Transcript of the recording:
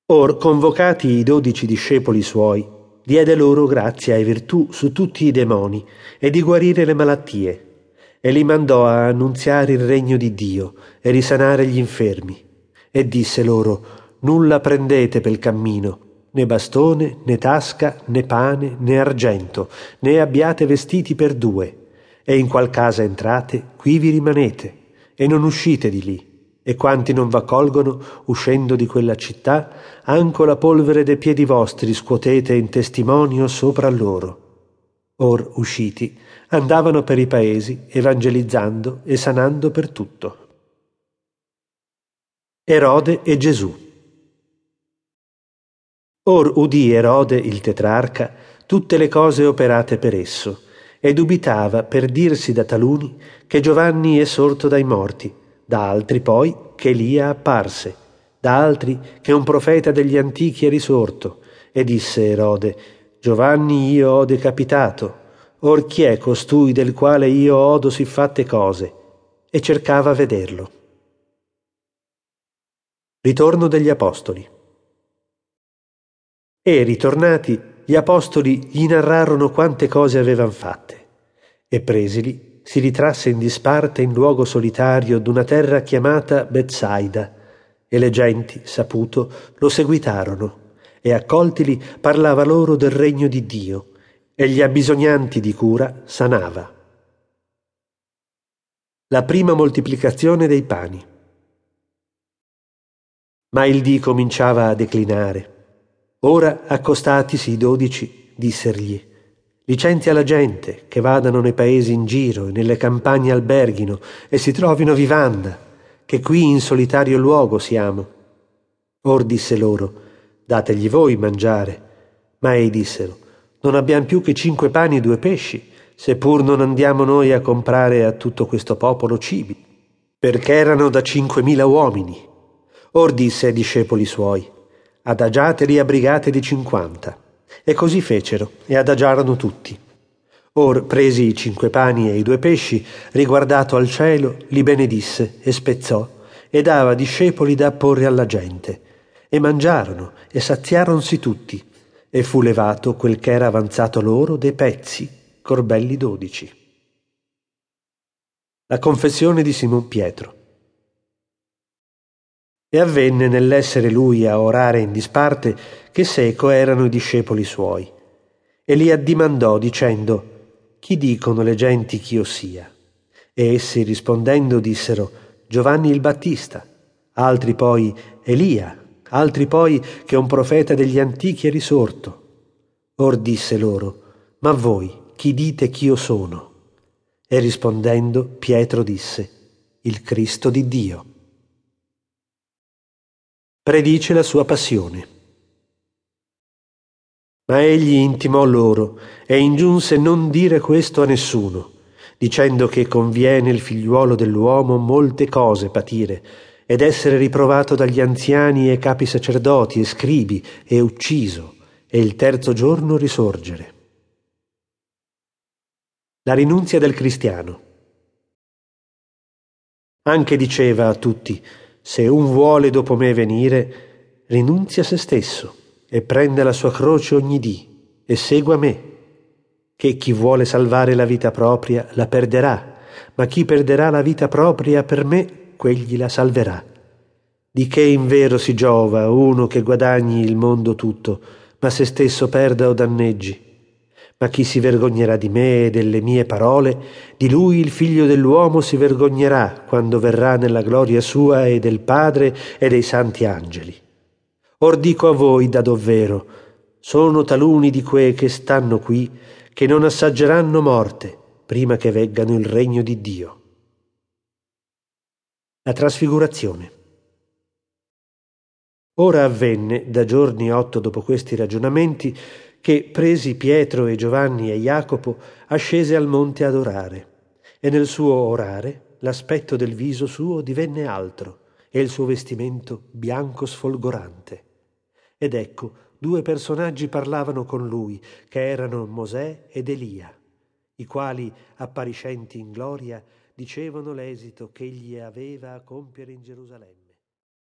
Or, convocati i 12 discepoli suoi, diede loro grazia e virtù su tutti i demoni e di guarire le malattie, e li mandò a annunziare il regno di Dio e risanare gli infermi. E disse loro: nulla prendete pel cammino, né bastone, né tasca, né pane, né argento, né abbiate vestiti per due. E in qual casa entrate, qui vi rimanete, e non uscite di lì. E quanti non v'accolgono, uscendo di quella città, anco la polvere dei piedi vostri scuotete in testimonio sopra loro. Or, usciti, andavano per i paesi, evangelizzando e sanando per tutto. Erode e Gesù. Or udì Erode il tetrarca tutte le cose operate per esso, e dubitava per dirsi da taluni che Giovanni è sorto dai morti, da altri poi che Elia apparse, da altri che un profeta degli antichi è risorto. E disse Erode: Giovanni io ho decapitato, or chi è costui del quale io odo siffatte cose? E cercava vederlo. Ritorno degli Apostoli. E, ritornati, gli apostoli gli narrarono quante cose avevan fatte. E presili, si ritrasse in disparte in luogo solitario d'una terra chiamata Betsaida, e le genti, saputo, lo seguitarono, e accoltili parlava loro del regno di Dio, e gli abbisognanti di cura sanava. La prima moltiplicazione dei pani. Ma il dì cominciava a declinare. Ora, accostatisi i 12, dissergli: licenzia la gente, che vadano nei paesi in giro e nelle campagne alberghino e si trovino vivanda, che qui in solitario luogo siamo. Or disse loro: dategli voi mangiare. Ma ei dissero: non abbiamo più che 5 pani e 2 pesci, seppur non andiamo noi a comprare a tutto questo popolo cibi, perché erano da 5.000 uomini. Or disse ai discepoli suoi: adagiateli a brigate di 50. E così fecero, e adagiarono tutti. Or, presi i 5 pani e i 2 pesci, riguardato al cielo, li benedisse e spezzò, e dava discepoli da apporre alla gente. E mangiarono, e saziaronsi tutti, e fu levato quel che era avanzato loro dei pezzi, corbelli 12. La confessione di Simon Pietro. E avvenne nell'essere lui a orare in disparte che seco erano i discepoli suoi. E li addimandò dicendo: chi dicono le genti ch'io sia? E essi rispondendo dissero: Giovanni il Battista, altri poi Elia, altri poi che un profeta degli antichi è risorto. Or disse loro: ma voi chi dite ch'io sono? E rispondendo Pietro disse: il Cristo di Dio. Predice la sua passione. Ma egli intimò loro e ingiunse non dire questo a nessuno, dicendo che conviene il figliuolo dell'uomo molte cose patire, ed essere riprovato dagli anziani e capi sacerdoti e scribi, e ucciso, e il terzo giorno risorgere. La rinunzia del cristiano. Anche diceva a tutti: se un vuole dopo me venire, rinunzia se stesso e prende la sua croce ogni dì e segua me. Che chi vuole salvare la vita propria la perderà, ma chi perderà la vita propria per me, quegli la salverà. Di che invero si giova uno che guadagni il mondo tutto, ma se stesso perda o danneggi? Ma chi si vergognerà di me e delle mie parole, di lui il figlio dell'uomo si vergognerà quando verrà nella gloria sua e del Padre e dei santi angeli. Or dico a voi da dovvero: sono taluni di quei che stanno qui che non assaggeranno morte prima che veggano il regno di Dio. La trasfigurazione. Ora avvenne, da giorni 8 dopo questi ragionamenti, che, presi Pietro e Giovanni e Jacopo, ascese al monte ad orare. E nel suo orare l'aspetto del viso suo divenne altro, e il suo vestimento bianco sfolgorante. Ed ecco, 2 personaggi parlavano con lui, che erano Mosè ed Elia, i quali, appariscenti in gloria, dicevano l'esito che egli aveva a compiere in Gerusalemme.